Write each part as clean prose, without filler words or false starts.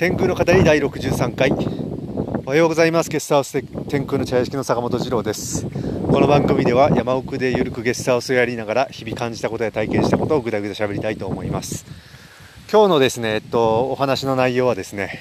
天空の語り第63回。おはようございます。ゲストハウスで天空の茶屋敷の坂本二郎です。この番組では山奥でゆるくゲストハウスをやりながら日々感じたことや体験したことをぐだぐだ喋りたいと思います。今日のですね、お話の内容はですね、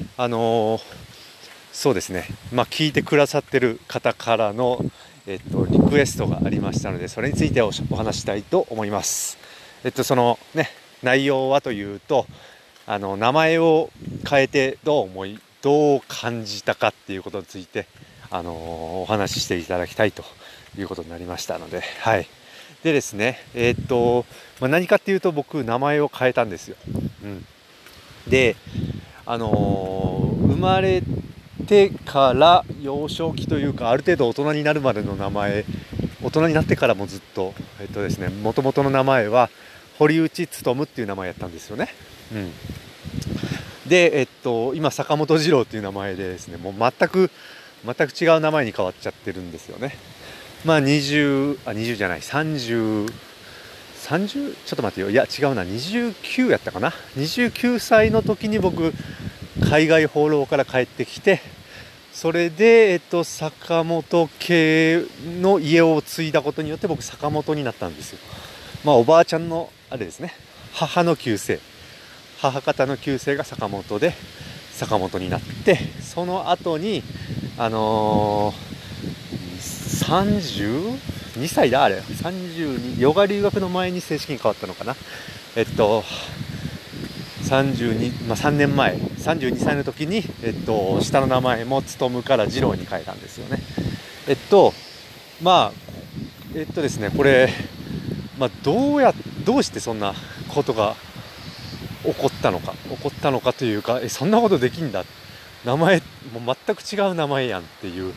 そうですね、聞いてくださってる方からの、リクエストがありましたので、それについてお話したいと思います。そのね、内容はというと、名前を変えてどう感じたかっていうことについて、お話ししていただきたいということになりましたので、はい。でですね、何かっていうと、僕名前を変えたんですよ。で、生まれてから幼少期というか、ある程度大人になるまでの名前、大人になってからもずっとですね、元々の名前は堀内勉っていう名前やったんですよね。で、今坂本二郎っていう名前でですね、もう全く違う名前に変わっちゃってるんですよね。20じゃない、30ちょっと待ってよ、いや違うな、29やったかな。29歳の時に僕海外放浪から帰ってきて、それで坂本家の家を継いだことによって僕坂本になったんですよ。おばあちゃんのあれですね、母方の旧姓が坂本で坂本になって、その後に32歳だ、あれ32、ヨガ留学の前に正式に変わったのかな。3年前32歳の時に下の名前も勉から二郎に変えたんですよね。ですね、これどうしてそんなことが起こったのかというか、そんなことできんだ、名前もう全く違う名前やんっていう、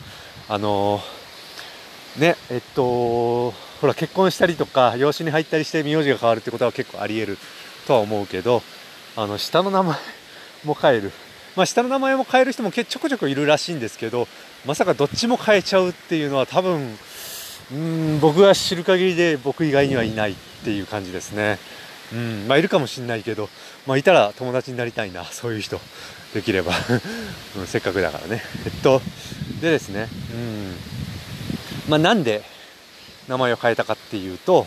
ほら結婚したりとか養子に入ったりして名字が変わるってことは結構あり得るとは思うけど、下の名前も変える、下の名前も変える人もちょこちょこいるらしいんですけど、まさかどっちも変えちゃうっていうのは多分僕が知る限りで僕以外にはいないっていう感じですね。いるかもしれないけど、いたら友達になりたいな、そういう人できればせっかくだからね。でですね、なんで名前を変えたかっていうと、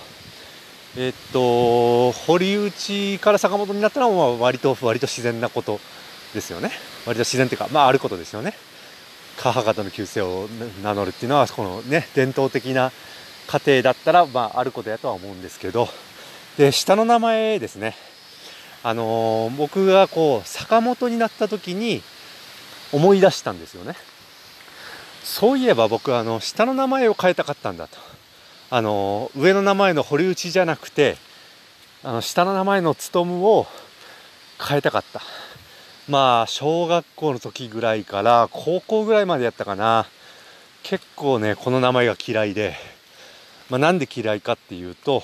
堀内から坂本になったのは割と自然なことですよね。割と自然っていうか、あることですよね。母方の旧姓を名乗るっていうのはこのね、伝統的な家庭だったらあることやとは思うんですけど、で下の名前ですね、僕が坂本になった時に思い出したんですよね。そういえば僕下の名前を変えたかったんだと。上の名前の堀内じゃなくて下の名前の勉を変えたかった。小学校の時ぐらいから高校ぐらいまでやったかな。結構ねこの名前が嫌いで、なんで嫌いかっていうと、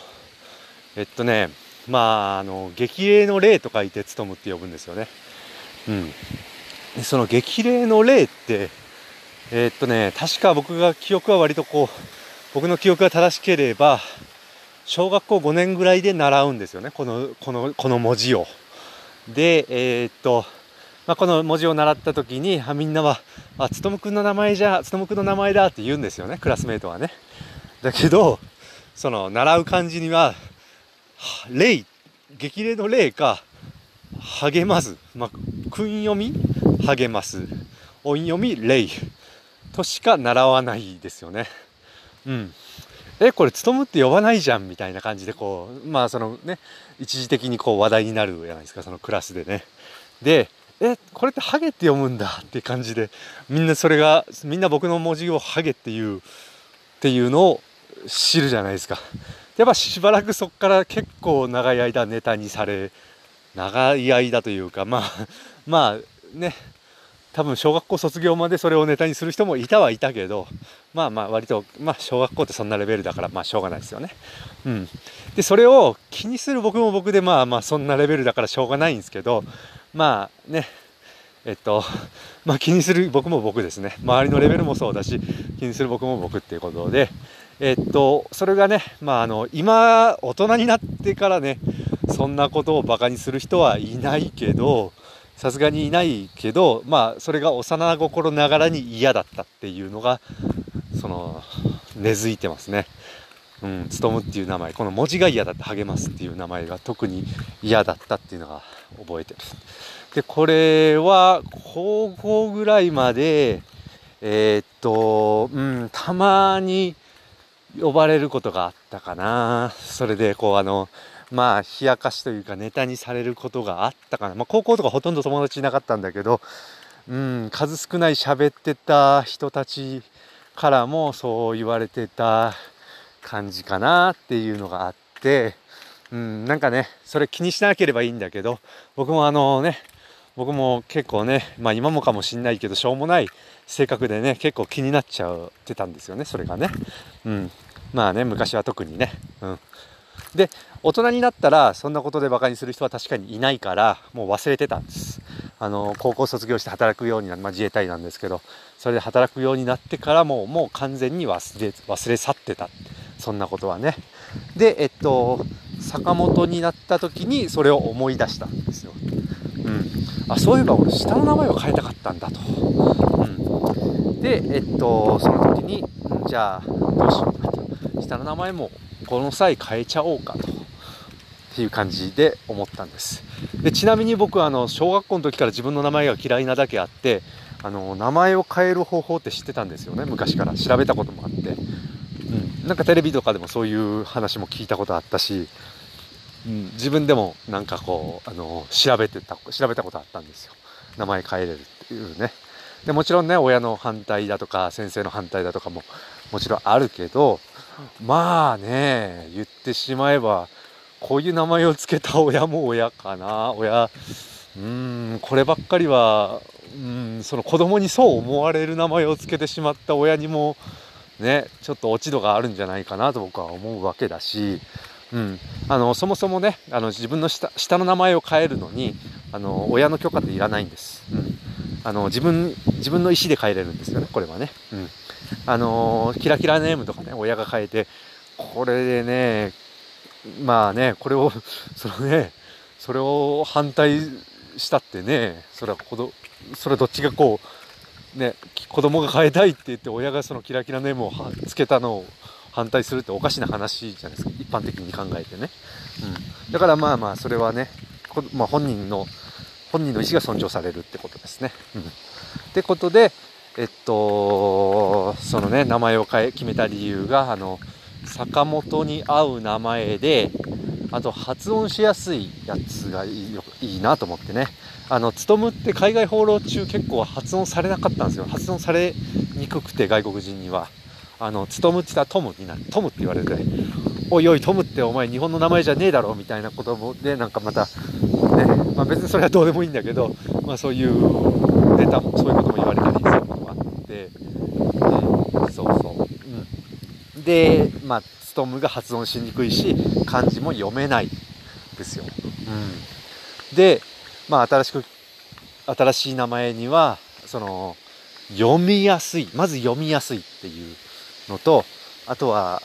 激励の励と書いて勉って呼ぶんですよね。その激励の励って確か僕の記憶が正しければ小学校5年ぐらいで習うんですよね、この文字を。でこの文字を習った時にみんなは勉くんの名前だって言うんですよね、クラスメートはね。だけどその習う漢字には激励の励か励ます、訓読み励ます、音読み励としか習わないですよね。これ勉って呼ばないじゃんみたいな感じで一時的に話題になるじゃないですか、そのクラスでね。でこれってハゲって読むんだって感じで、みんな僕の文字をハゲっていうのを知るじゃないですか。やっぱしばらくそこから結構長い間ネタにされ、長い間というか多分小学校卒業までそれをネタにする人もいたけど、割と小学校ってそんなレベルだからしょうがないですよね。でそれを気にする僕も僕でそんなレベルだからしょうがないんですけど、気にする僕も僕ですね。周りのレベルもそうだし気にする僕も僕っていうことで、それがね今大人になってからねそんなことをバカにする人はいないけど、 さすがにいないけど、まあそれが幼心ながらに嫌だったっていうのが根付いてますね。つとむっていう名前、この文字が嫌だった、励ますっていう名前が特に嫌だったっていうのが覚えてる。でこれは高校ぐらいまでたまに呼ばれることがあったかな。それでまあ冷やかしというかネタにされることがあったかな。まあ高校とかほとんど友達いなかったんだけど、数少ない喋ってた人たちからもそう言われてた感じかなっていうのがあって、なんかねそれ気にしなければいいんだけど、僕も結構ね、まあ今もかもしんないけどしょうもない性格でね結構気になっちゃってたんですよね、それがね。まあね昔は特にね。で大人になったらそんなことでバカにする人は確かにいないからもう忘れてたんです。高校卒業して働くようになる、自衛隊なんですけど、それで働くようになってからもう完全に忘れ去ってた、そんなことはね。で坂本になった時にそれを思い出したんですよ。そういえば俺下の名前を変えたかったんだと。でその時にじゃあどうしようかと、下の名前もこの際変えちゃおうかとっていう感じで思ったんです。でちなみに僕は小学校の時から自分の名前が嫌いなだけあって、名前を変える方法って知ってたんですよね。昔から調べたこともあって、なんかテレビとかでもそういう話も聞いたことあったし、自分でもなんか調べたことあったんですよ。名前変えれるっていうね。でもちろんね親の反対だとか先生の反対だとかももちろんあるけど、まあね言ってしまえばこういう名前をつけた親も親かな。こればっかりはその子供にそう思われる名前をつけてしまった親にもねちょっと落ち度があるんじゃないかなと僕は思うわけだし、そもそもね自分の下の名前を変えるのに親の許可っていらないんです。自分の意思で変えれるんですよね、これはね。キラキラネームとかね親が変えて、これでねまあねこれをそれを反対したってね、それはどっちが子供が変えたいって言って親がそのキラキラネームをつけたのを反対するっておかしな話じゃないですか、一般的に考えてね。だからまあそれはね本人の意思が尊重されるってことですね。ってことでそのね名前を決めた理由が坂本に合う名前で、あと発音しやすいやつがいいなと思ってね。つとむって海外放浪中結構発音されなかったんですよ。発音されにくくて外国人にはつとむって言ったらトムになる、トムって言われて、おいおいトムってお前日本の名前じゃねえだろみたいなことでなんかまたね、別にそれはどうでもいいんだけど、そういうそういうことも言われたりすることがあって、でつとむが発音しにくいし漢字も読めないですよ。で新しい名前には読みやすいっていうのと、あとは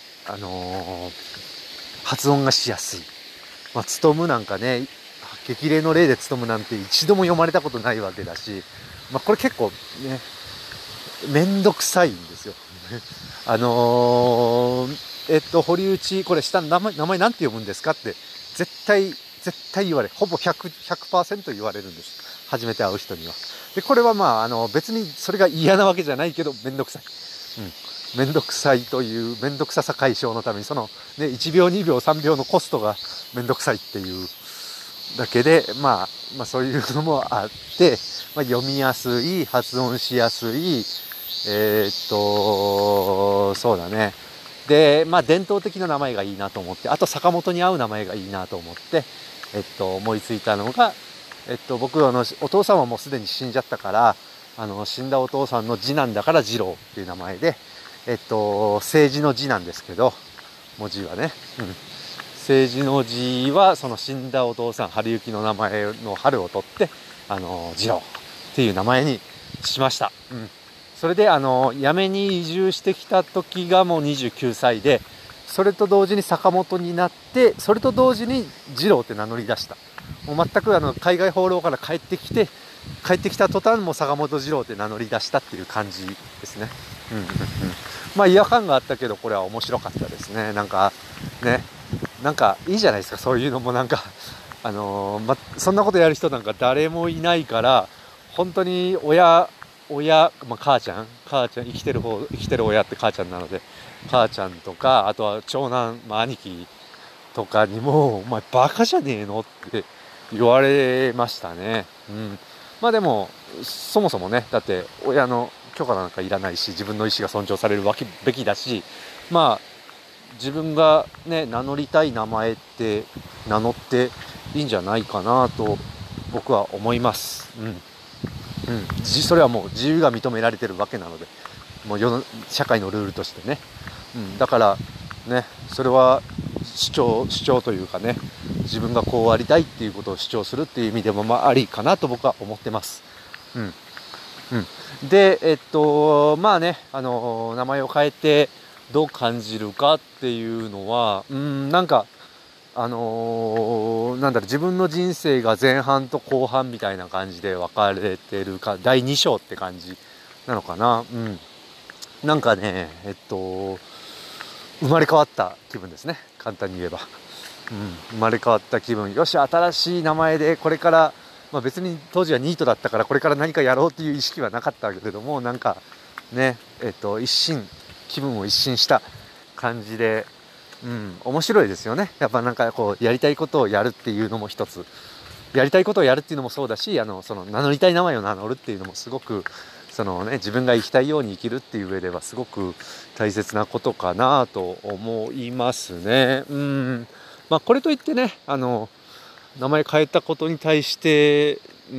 発音がしやすい。つとむなんかね激励の例でつとむなんて一度も読まれたことないわけだし、これ結構ねめんどくさいんですよ。堀内これ下の名前なんて読むんですかって絶対言われ、ほぼ 100% 言われるんです、初めて会う人には。でこれは別にそれが嫌なわけじゃないけどめんどくさい、めんどくさいというめんどくささ解消のために1秒2秒3秒のコストがめんどくさいっていうだけでそういうのもあって、読みやすい、発音しやすい、そうだね。で伝統的な名前がいいなと思って、あと坂本に合う名前がいいなと思って、思いついたのが、僕お父さんはもうすでに死んじゃったから、死んだお父さんの次男だから次郎っていう名前で、政治の字なんですけど、文字はね、政治の字はその死んだお父さん春行の名前の春を取って次郎っていう名前にしました。それで八女に移住してきた時がもう29歳で、それと同時に坂本になって、それと同時に次郎って名乗り出した。もう全く海外放浪から帰ってきて帰ってきた途端もう坂本二郎って名乗り出したっていう感じですね。うんうんうん。まあ違和感があったけど、これは面白かったですね。なんかね、なんかいいじゃないですか、そういうのも。なんかそんなことやる人なんか誰もいないから、本当に母ちゃん生きてる親って母ちゃんなので、母ちゃんとか、あとは長男、兄貴とかにも、お前バカじゃねえのって言われましたね。うん。まあでも、そもそもね、だって親の許可なんかいらないし、自分の意思が尊重されるべきだし、まあ、自分がね、名乗りたい名前って名乗っていいんじゃないかなと僕は思います。うん。うん。それはもう自由が認められてるわけなので、もう社会のルールとしてね。うん。だからね、それは主張というかね、自分がこうありたいっていうことを主張するっていう意味でもまあありかなと僕は思ってます。うん。うん。で、まあね、名前を変えてどう感じるかっていうのは、なんか、なんだろう、自分の人生が前半と後半みたいな感じで分かれてるか、第2章って感じなのかな。うん。なんかね、生まれ変わった気分ですね。簡単に言えば。うん。生まれ変わった気分。よし、新しい名前でこれから、まあ別に当時はニートだったからこれから何かやろうっていう意識はなかったけれども、なんかね、気分を一新した感じで、うん、面白いですよね。やっぱなんかこう、やりたいことをやるっていうのも一つ。やりたいことをやるっていうのもそうだし、その名乗りたい名前を名乗るっていうのもすごく、そのね、自分が生きたいように生きるっていう上ではすごく大切なことかなと思いますね。うん。まあこれといってね、名前変えたことに対して、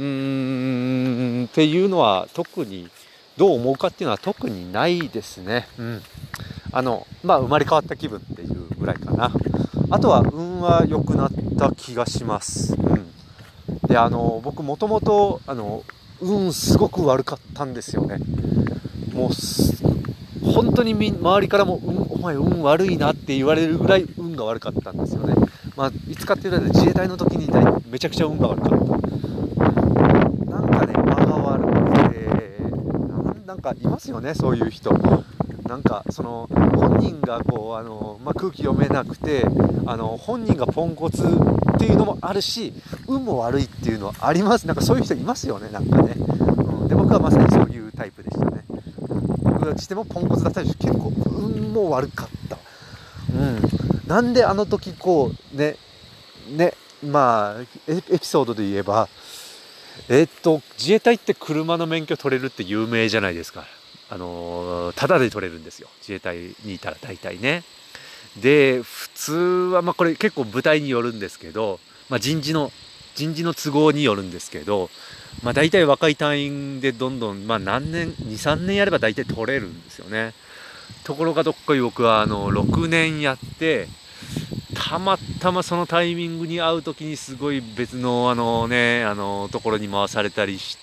っていうのは特にどう思うかっていうのは特にないですね。うん。まあ生まれ変わった気分っていうぐらいかな。あとは運は良くなった気がします。うん。で、僕もともと、運すごく悪かったんですよね。もう、本当に周りからも、お前運悪いなって言われるぐらい運が悪かったんですよね。まあ、いつかっていうと自衛隊の時にめちゃくちゃ運が悪かった。なんかね、間が悪くて、なんかいますよね、そういう人。なんかその本人がこう空気読めなくて本人がポンコツっていうのもあるし、運も悪いっていうのはあります。なんかそういう人いますよね、なんかね。で僕はまさにそういうタイプでしたね。僕としてもポンコツだったり結構運も悪かった。なんであの時こうねまあエピソードで言えば自衛隊って車の免許取れるって有名じゃないですか。タダで取れるんですよ、自衛隊にいたら大体ね。で普通はまあこれ結構部隊によるんですけど、まあ、人事の都合によるんですけど、まあ大体若い隊員でどんどんまあ2、3年やれば大体取れるんですよね。ところがどっこい僕は6年やってたまたまそのタイミングに会う時にすごい別のところに回されたりして、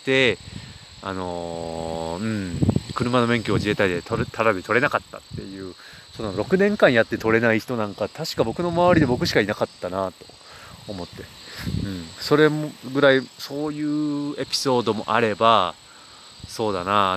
車の免許を自衛隊でタダで取れなかったっていう、その6年間やって取れない人なんか確か僕の周りで僕しかいなかったなと思って、それもぐらいそういうエピソードもあれば、そうだな、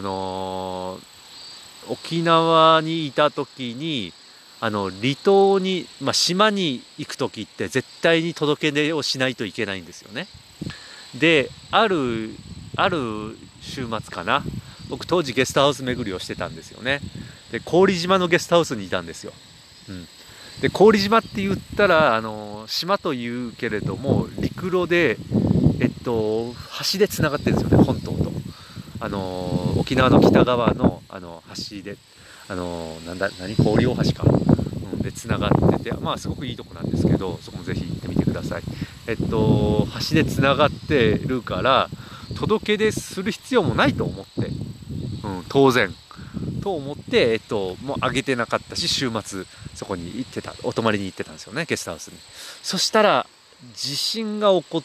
沖縄にいた時に離島に、島に行く時って絶対に届け出をしないといけないんですよね。である週末かな、僕当時ゲストハウス巡りをしてたんですよね。で郡島のゲストハウスにいたんですよ。で郡島って言ったら島というけれども陸路で橋でつながってるんですよね、本島と。沖縄の北側の橋で何郡大橋か、でつながってて、まあすごくいいとこなんですけど、そこもぜひ行ってみてください。橋でつながってるから届け出する必要もないと思って、当然と思って、もう上げてなかったし、週末そこにお泊まりに行ってたんですよね、ゲストハウスに。そしたら地震が起こって、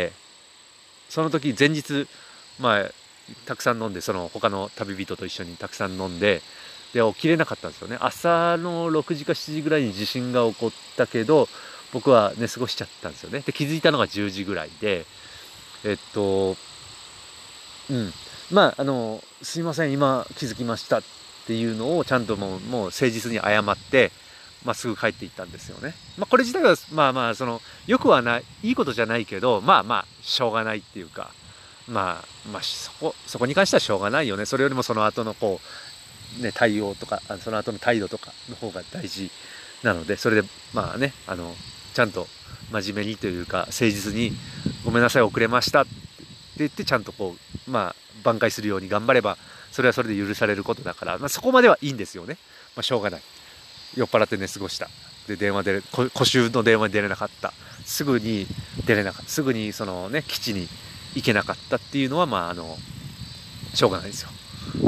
その時前日たくさん飲んで、その他の旅人と一緒にたくさん飲んで、で起きれなかったんですよね。朝の6時か7時ぐらいに地震が起こったけど、僕は寝過ごしちゃったんですよね。で気づいたのが10時ぐらいで、 うん。まあ、すいません、今気づきましたっていうのをちゃんともう誠実に謝って、まあ、すぐ帰っていったんですよね。まあ、これ自体は、まあまあ、よくはない、いいことじゃないけど、まあまあ、しょうがないっていうか、まあ、まあ、そこに関してはしょうがないよね。それよりもその後のこう、ね、対応とか、その後の態度とかの方が大事なので、それで、まあね、ちゃんと真面目にというか、誠実に、ごめんなさい、遅れましたって言って、ちゃんとこう、まあ、挽回するように頑張れば、それはそれで許されることだから、まあ、そこまではいいんですよね。まあ、しょうがない。酔っ払って寝過ごした。で、講習の電話に出れなかった。すぐに出れなかった。すぐにそのね、基地に行けなかったっていうのは、まあ、しょうがないですよ。うん。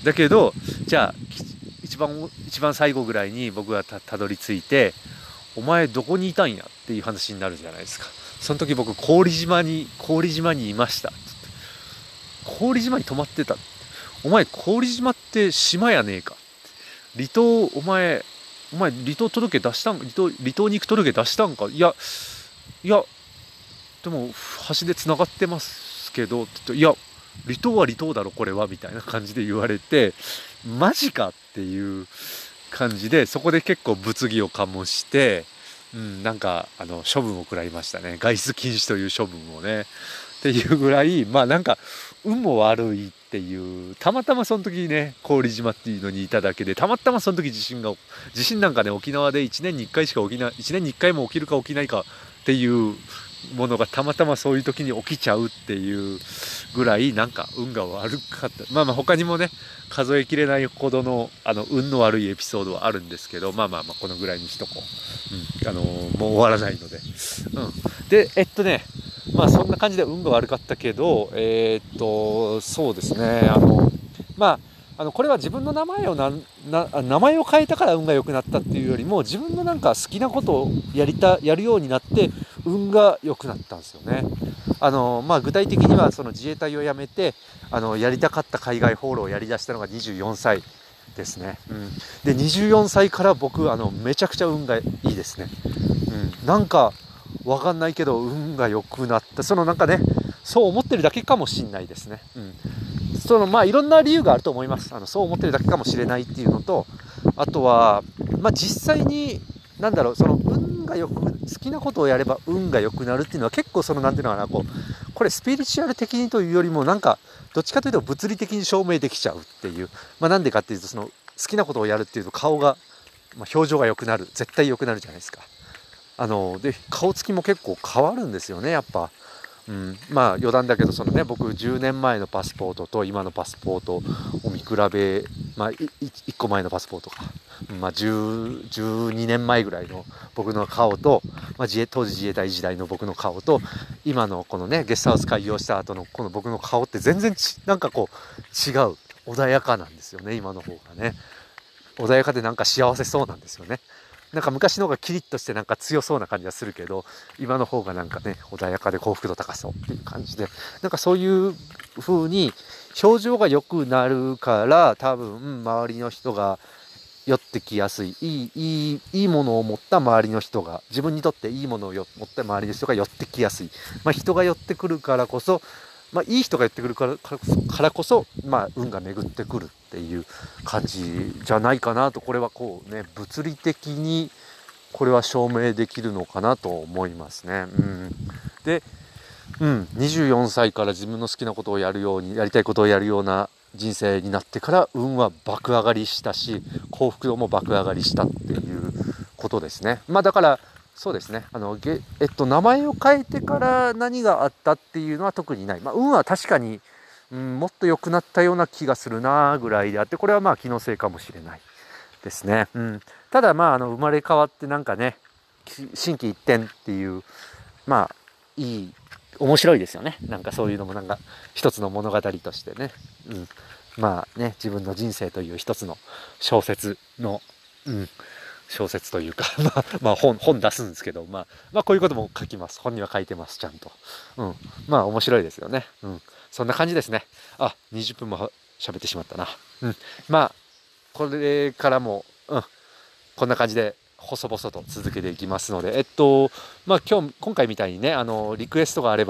だけど、じゃあ、一番最後ぐらいに僕がたどり着いて、お前どこにいたんやっていう話になるじゃないですか。その時僕、氷島にいました。氷島に泊まってた。お前、氷島って島やねえか。離島、お前、離島届出したん、離島に行く届出したんか。いや、でも、橋で繋がってますけど、って言って、いや、離島は離島だろ、これは、みたいな感じで言われて、マジかっていう感じで、そこで結構物議を醸して、うん、なんか、処分を食らいましたね。外出禁止という処分をね。っていうぐらい、まあなんか、運も悪いっていう、たまたまその時ね、郡島っていうのにいただけで、たまたまその時地震なんかね、沖縄で1年に1回しか起きない、1年に1回も起きるか起きないかっていうものがたまたまそういう時に起きちゃうっていうぐらい、なんか運が悪かった。まあまあ他にもね、数えきれないほどの、運の悪いエピソードはあるんですけど、まあまあまあ、このぐらいにしとこう。うん。もう終わらないので。うん。で、まあそんな感じで運が悪かったけど、そうですね、まこれは自分の名前を名前を変えたから運が良くなったっていうよりも、自分のなんか好きなことをやるようになって、運が良くなったんですよね。まあ具体的にはその自衛隊を辞めて、やりたかった海外放浪をやりだしたのが24歳ですね。うん。で、24歳から僕、めちゃくちゃ運がいいですね。うん。なんか、わかんないけど運が良くなった。なんかね、そう思ってるだけかもしんないですね。うん。まあいろんな理由があると思います。そう思ってるだけかもしれないっていうのと、あとは、まあ実際に、なんだろう、好きなことをやれば運が良くなるっていうのは結構なんていうのかな、これスピリチュアル的にというよりもなんか、どっちかというと物理的に証明できちゃうっていう。まあなんでかっていうと、好きなことをやるっていうと顔が、まあ、表情が良くなる。絶対良くなるじゃないですか。で、顔つきも結構変わるんですよね、やっぱ。うん、まあ余談だけど僕10年前のパスポートと今のパスポートを見比べ、まあ、1個前のパスポートか、まあ、12年前ぐらいの僕の顔と、まあ、当時自衛隊時代の僕の顔と今のこのねゲストハウス開業した後のこの僕の顔って全然なんかこう違う、穏やかなんですよね。今の方がね穏やかでなんか幸せそうなんですよね。なんか昔の方がキリッとしてなんか強そうな感じがするけど、今の方がなんかね、穏やかで幸福度高そうっていう感じで、なんかそういう風に表情が良くなるから、多分周りの人が寄ってきやすい、いいものを持った周りの人が、自分にとっていいものを持った周りの人が寄ってきやすい。まあ人が寄ってくるからこそ、まあいい人が寄ってくるからこそ、まあ運が巡ってくるっていう感じじゃないかなと、これはこうね、物理的にこれは証明できるのかなと思いますね。うん。で、24歳から自分の好きなことをやりたいことをやるような人生になってから運は爆上がりしたし、幸福度も爆上がりしたっていうことですね。まあだから、そうですね。名前を変えてから何があったっていうのは特にない。まあ運は確かに、もっと良くなったような気がするなぐらいであって、これはまあ気のせいかもしれないですね。うん。ただまあ生まれ変わってなんかね、心機一転っていう、まあ面白いですよね。なんかそういうのもなんか一つの物語としてね。うん。まあね、自分の人生という一つの小説の、うん、小説というかまあ本出すんですけど、まあこういうことも書きます。本には書いてます、ちゃんと。うん。まあ面白いですよね。うん。そんな感じですね。あ、20分も喋ってしまったな。うん。まあ、これからも、こんな感じで細々と続けていきますので、まあ今回みたいにね、リクエストがあれば、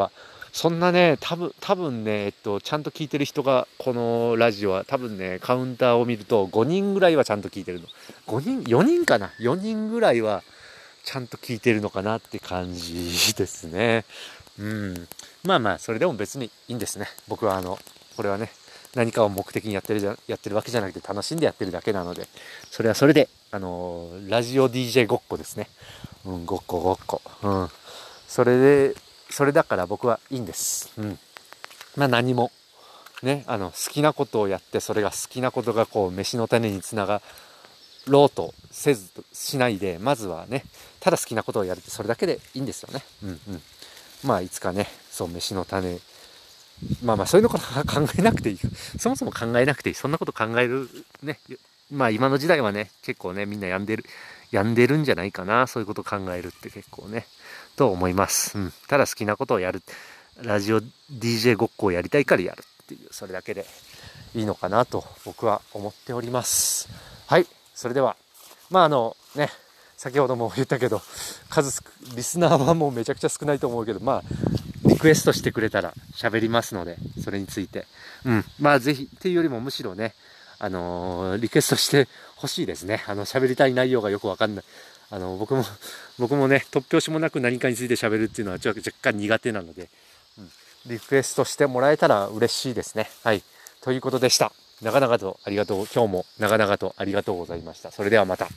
そんなね、多分ね、ちゃんと聞いてる人が、このラジオは多分ね、カウンターを見ると5人ぐらいはちゃんと聞いてるの。5人 ?4 人かな？ 4 人ぐらいはちゃんと聞いてるのかなって感じですね。うん。まあまあ、それでも別にいいんですね。僕はこれはね、何かを目的にやってるわけじゃなくて楽しんでやってるだけなので、それはそれで、ラジオ DJ ごっこですね。うん、ごっこごっこ。うん。それで、それだから僕はいいんです。うん。まあ何も、ね、好きなことをやって、それが好きなことがこう、飯の種につながろうとしないで、まずはね、ただ好きなことをやるってそれだけでいいんですよね。うんうん。まあいつかね、そう、飯の種、まあまあそういうのこと考えなくていい。そもそも考えなくていい。そんなこと考えるね。まあ今の時代はね、結構ね、みんな病んでるんじゃないかな。そういうこと考えるって結構ね、と思います。うん。ただ好きなことをやる。ラジオ DJ ごっこをやりたいからやるっていう、それだけでいいのかなと僕は思っております。はい。それでは、まあね、先ほども言ったけど、リスナーはもうめちゃくちゃ少ないと思うけど、まあ、リクエストしてくれたら喋りますので、それについて。うん。まあぜひ、っていうよりもむしろね、リクエストしてほしいですね。喋りたい内容がよくわかんない。僕もね、突拍子もなく何かについて喋るっていうのは若干苦手なので、うん。リクエストしてもらえたら嬉しいですね。はい。ということでした。長々とありがとう。今日も長々とありがとうございました。それではまた。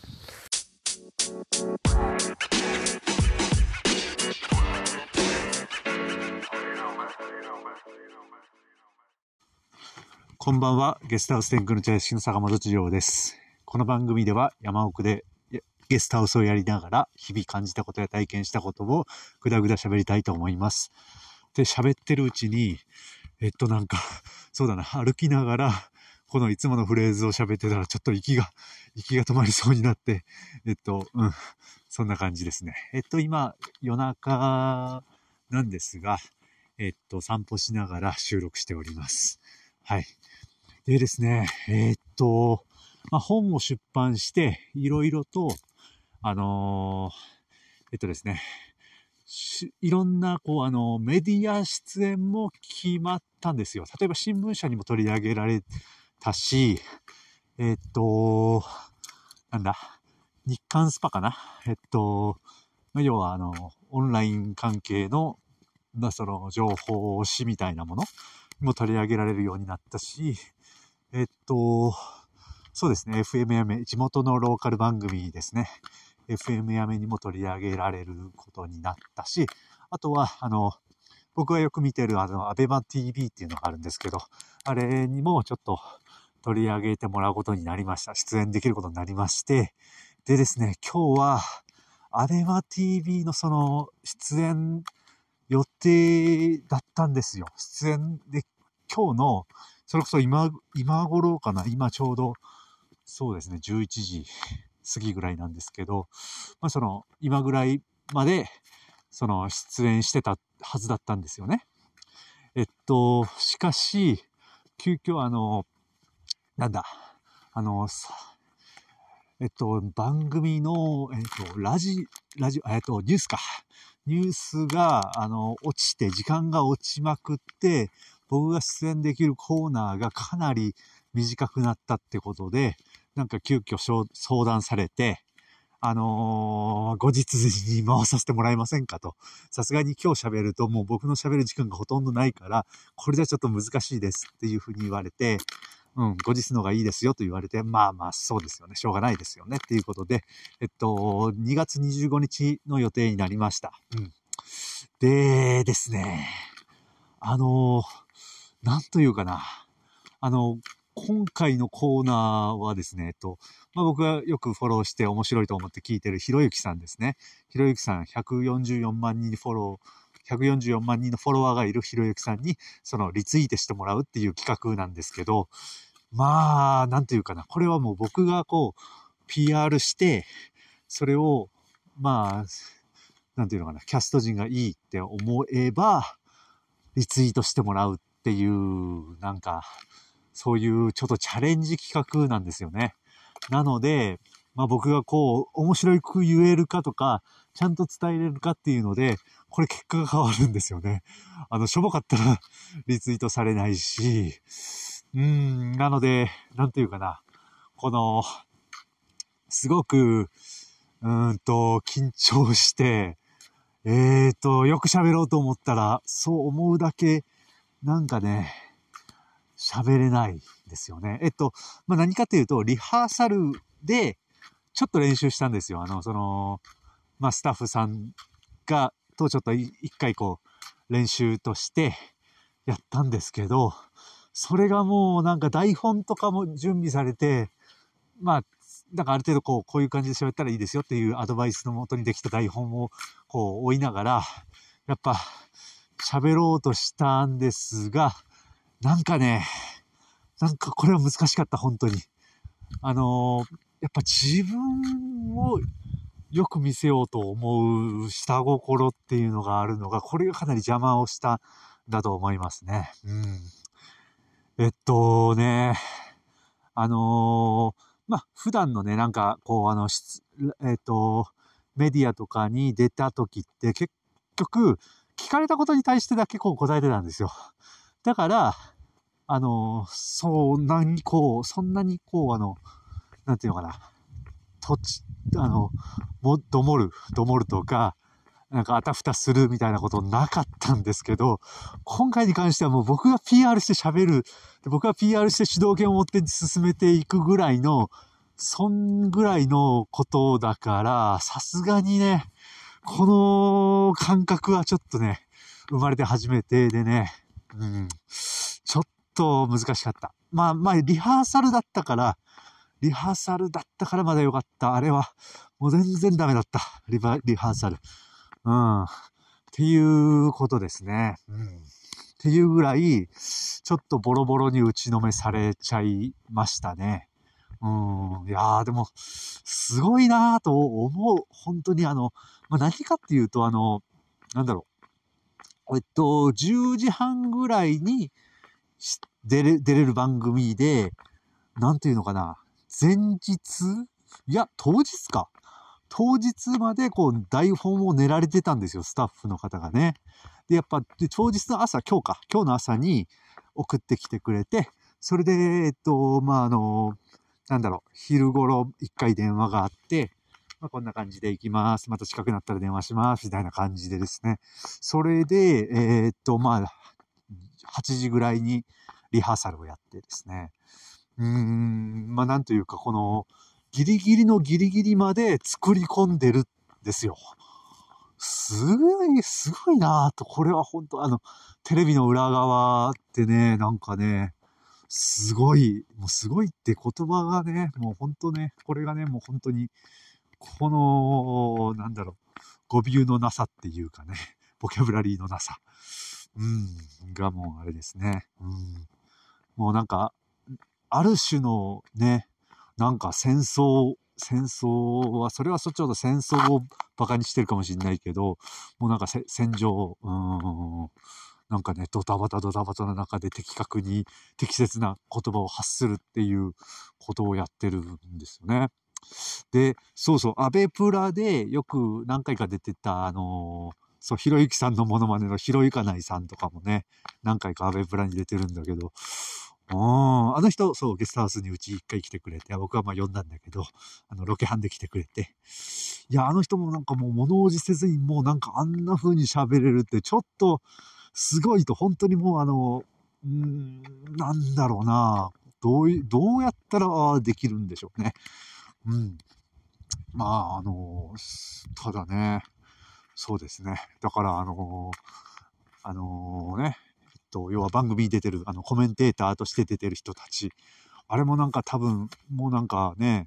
こんばんは。ゲストハウス天空の茶屋敷の坂本千丈です。この番組では山奥でゲストハウスをやりながら日々感じたことや体験したことをぐだぐだ喋りたいと思います。で、喋ってるうちに、なんか、そうだな、歩きながら、このいつものフレーズを喋ってたらちょっと息が止まりそうになって、うん、そんな感じですね。今、夜中なんですが、散歩しながら収録しております。はい。でですね、まあ、本を出版して、いろいろと、ですね、いろんな、メディア出演も決まったんですよ。例えば新聞社にも取り上げられたし、なんだ、日刊スパかな。まあ、要はオンライン関係の、まあ、その情報誌みたいなものも取り上げられるようになったし、そうですね、FM やめ、地元のローカル番組ですね。FM やめにも取り上げられることになったし、あとは、僕がよく見てるアベマ TV っていうのがあるんですけど、あれにもちょっと取り上げてもらうことになりました。出演できることになりまして、でですね、今日は、アベマ TV のその出演予定だったんですよ。出演で、今日の、それこそ今頃かな、今ちょうど、そうですね、11時過ぎぐらいなんですけど、まあその、今ぐらいまで、その、出演してたはずだったんですよね。しかし、急遽なんだ、あの、番組の、ラジオ、ニュースか。ニュースが、落ちて、時間が落ちまくって、僕が出演できるコーナーがかなり短くなったってことで、なんか急遽相談されて、後日に回させてもらえませんかと。さすがに今日喋るともう僕の喋る時間がほとんどないから、これじゃちょっと難しいですっていうふうに言われて、後日の方がいいですよと言われて、まあまあそうですよね。しょうがないですよねっていうことで、2月25日の予定になりました。でですね、なんというかな。今回のコーナーはですね、まあ、僕がよくフォローして面白いと思って聞いてるひろゆきさんですね。ひろゆきさん144万人144万人のフォロワーがいるひろゆきさんに、そのリツイートしてもらうっていう企画なんですけど、まあ、なんというかな。これはもう僕がPR して、それを、まあ、なんていうのかな。キャスト陣がいいって思えば、リツイートしてもらうっていう、そういうちょっとチャレンジ企画なんですよね。なので、 まあ僕がこう、面白く言えるかとか、ちゃんと伝えれるかっていうので、これ結果が変わるんですよね。しょぼかったらリツイートされないし、なので、なんていうかな、この、すごく、緊張して、よく喋ろうと思ったら、そう思うだけ、なんかね、喋れないですよね。まあ、何かっていうと、リハーサルで、ちょっと練習したんですよ。まあ、スタッフさんとちょっと一回こう、練習としてやったんですけど、それがもうなんか台本とかも準備されて、まあ、なんかある程度こういう感じで喋ったらいいですよっていうアドバイスのもとにできた台本をこう追いながら、やっぱ喋ろうとしたんですが、なんかね、なんかこれは難しかった、本当に。やっぱ自分をよく見せようと思う下心っていうのがあるのが、これがかなり邪魔をしたんだと思いますね。ね、まあ、普段のね、なんか、こう、メディアとかに出た時って結局、聞かれたことに対してだけこう答えてたんですよ。だから、そんなにこう、なんていうのかな、土地、どもるとか、なんかあたふたするみたいなことなかったんですけど、今回に関してはもう僕が PR して喋る、僕が PR して主導権を持って進めていくぐらいの、そんぐらいのことだから、さすがにね、この感覚はちょっとね、生まれて初めてでね、ちょっと難しかった。まあ、リハーサルだったからまだよかった。あれは、もう全然ダメだった。リハーサル。っていうことですね。っていうぐらい、ちょっとボロボロに打ちのめされちゃいましたね。いやーでも、すごいなーと思う。本当にまあ、何かっていうとなんだろう。10時半ぐらいに出れる番組で、なんていうのかな。前日いや、当日か。当日までこう台本を練られてたんですよ、スタッフの方がね。で、やっぱ、当日の朝、今日の朝に送ってきてくれて、それで、まあ、なんだろう、昼頃一回電話があって、まあ、こんな感じで行きます。また近くなったら電話します。みたいな感じでですね。それで、まあ、8時ぐらいにリハーサルをやってですね。まあ、なんというか、この、ギリギリのギリギリまで作り込んでるんですよ。すごいなぁと、これは本当テレビの裏側ってね、なんかね、もうすごいって言葉がね、もう本当ね、これがね、もう本当に、この、なんだろう、語尾のなさっていうかね、ボキャブラリーのなさ、がもうあれですね、もうなんか、ある種のね、なんか戦争は、それはちょっと戦争をバカにしてるかもしれないけど、もうなんか戦場、なんかね、ドタバタの中で的確に適切な言葉を発するっていうことをやってるんですよね。で、そうそう、アベプラでよく何回か出てた、そう、ひろゆきさんのモノマネのひろゆかないさんとかもね、何回かアベプラに出てるんだけど、あの人、そう、ゲストハウスにうち一回来てくれて、僕はまあ呼んだんだけど、ロケハンで来てくれて。いや、あの人もなんかもう物おじせずに、もうなんかあんな風に喋れるって、ちょっと、すごいと、本当にもうなんだろうな、どうやったらできるんでしょうね。まあ、ただね、そうですね。だからね、要は番組に出てる、コメンテーターとして出てる人たち。あれもなんか多分、もうなんかね、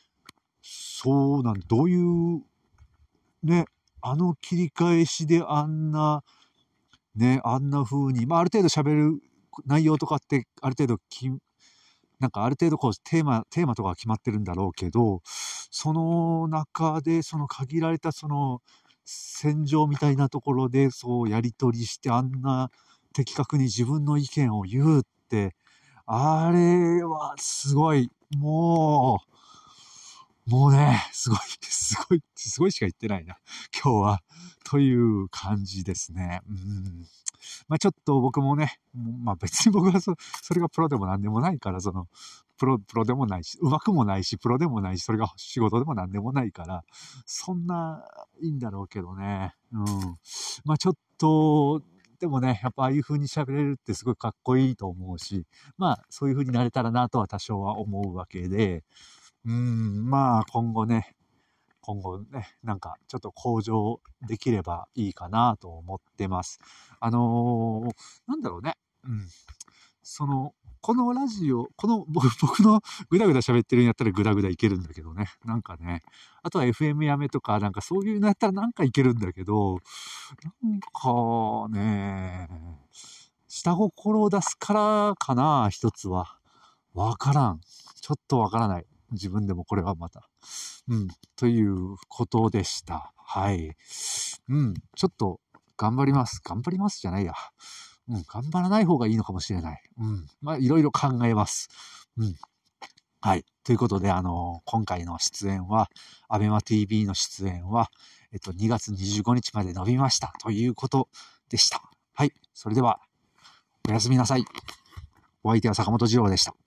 どういう、ね、切り返しであんな風に、まあ、ある程度喋る内容とかって、ある程度なんかある程度こうテーマとかが決まってるんだろうけど、その中で、その限られたその戦場みたいなところで、そうやりとりして、あんな的確に自分の意見を言うって、あれはすごい、もう、 もうね、すごいしか言ってないな。今日は、という感じですね。まあちょっと僕もね、まあ別に僕はそれがプロでもなんでもないから、プロでもないし、上手くもないし、プロでもないし、それが仕事でもなんでもないから、そんないいんだろうけどね。まあちょっと、でもね、やっぱああいう風に喋れるってすごいかっこいいと思うし、まあそういう風になれたらなとは多少は思うわけで、まあ今後ね、なんかちょっと向上できればいいかなと思ってます。なんだろうね。その、このラジオ、僕のぐだぐだ喋ってるんやったらぐだぐだいけるんだけどね。なんかね。あとは FM やめとか、なんかそういうのやったらなんかいけるんだけど、なんかね、下心を出すからかな、一つは。わからん。ちょっとわからない。自分でもこれはまた。ということでした。はい。ちょっと頑張ります。頑張りますじゃないや。頑張らない方がいいのかもしれない。まあ、いろいろ考えます。はい。ということで、今回の出演は、アベマ TV の出演は、2月25日まで伸びました。ということでした。はい。それでは、おやすみなさい。お相手は坂本二郎でした。